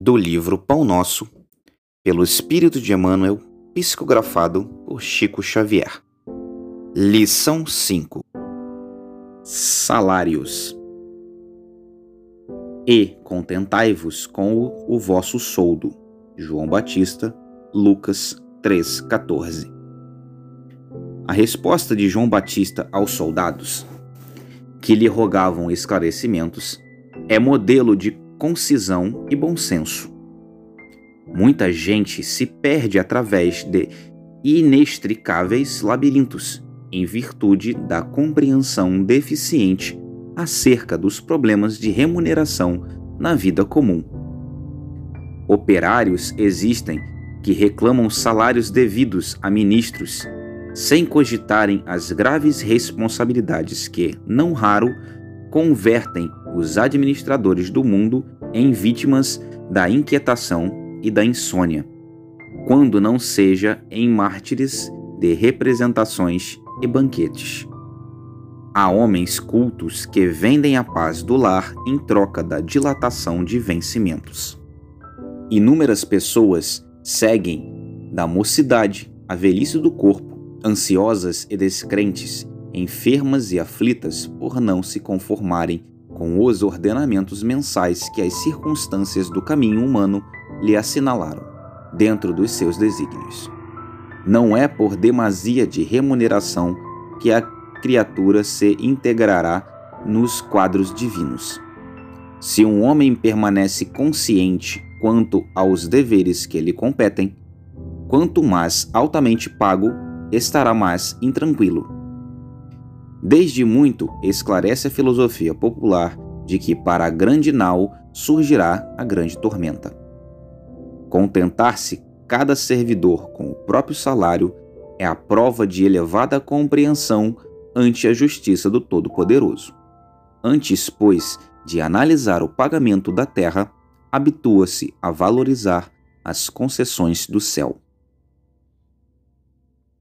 Do livro Pão Nosso, pelo Espírito de Emmanuel, psicografado por Chico Xavier. Lição 5: Salários. E contentai-vos com o vosso soldo. João Batista, Lucas 3,14. A resposta de João Batista aos soldados, que lhe rogavam esclarecimentos, é modelo de concisão e bom senso. Muita gente se perde através de inextricáveis labirintos, em virtude da compreensão deficiente acerca dos problemas de remuneração na vida comum. Operários existem que reclamam salários devidos a ministros, sem cogitarem as graves responsabilidades que, não raro, convertem os administradores do mundo em vítimas da inquietação e da insônia, quando não seja em mártires de representações e banquetes. Há homens cultos que vendem a paz do lar em troca da dilatação de vencimentos. Inúmeras pessoas seguem da mocidade à velhice do corpo, ansiosas e descrentes, enfermas e aflitas por não se conformarem com os ordenamentos mensais que as circunstâncias do caminho humano lhe assinalaram, dentro dos seus desígnios. Não é por demasia de remuneração que a criatura se integrará nos quadros divinos. Se um homem permanece consciente quanto aos deveres que lhe competem, quanto mais altamente pago, estará mais intranquilo. Desde muito esclarece a filosofia popular de que para a grande nau surgirá a grande tormenta. Contentar-se cada servidor com o próprio salário é a prova de elevada compreensão ante a justiça do Todo-Poderoso. Antes, pois, de analisar o pagamento da terra, habitua-se a valorizar as concessões do céu.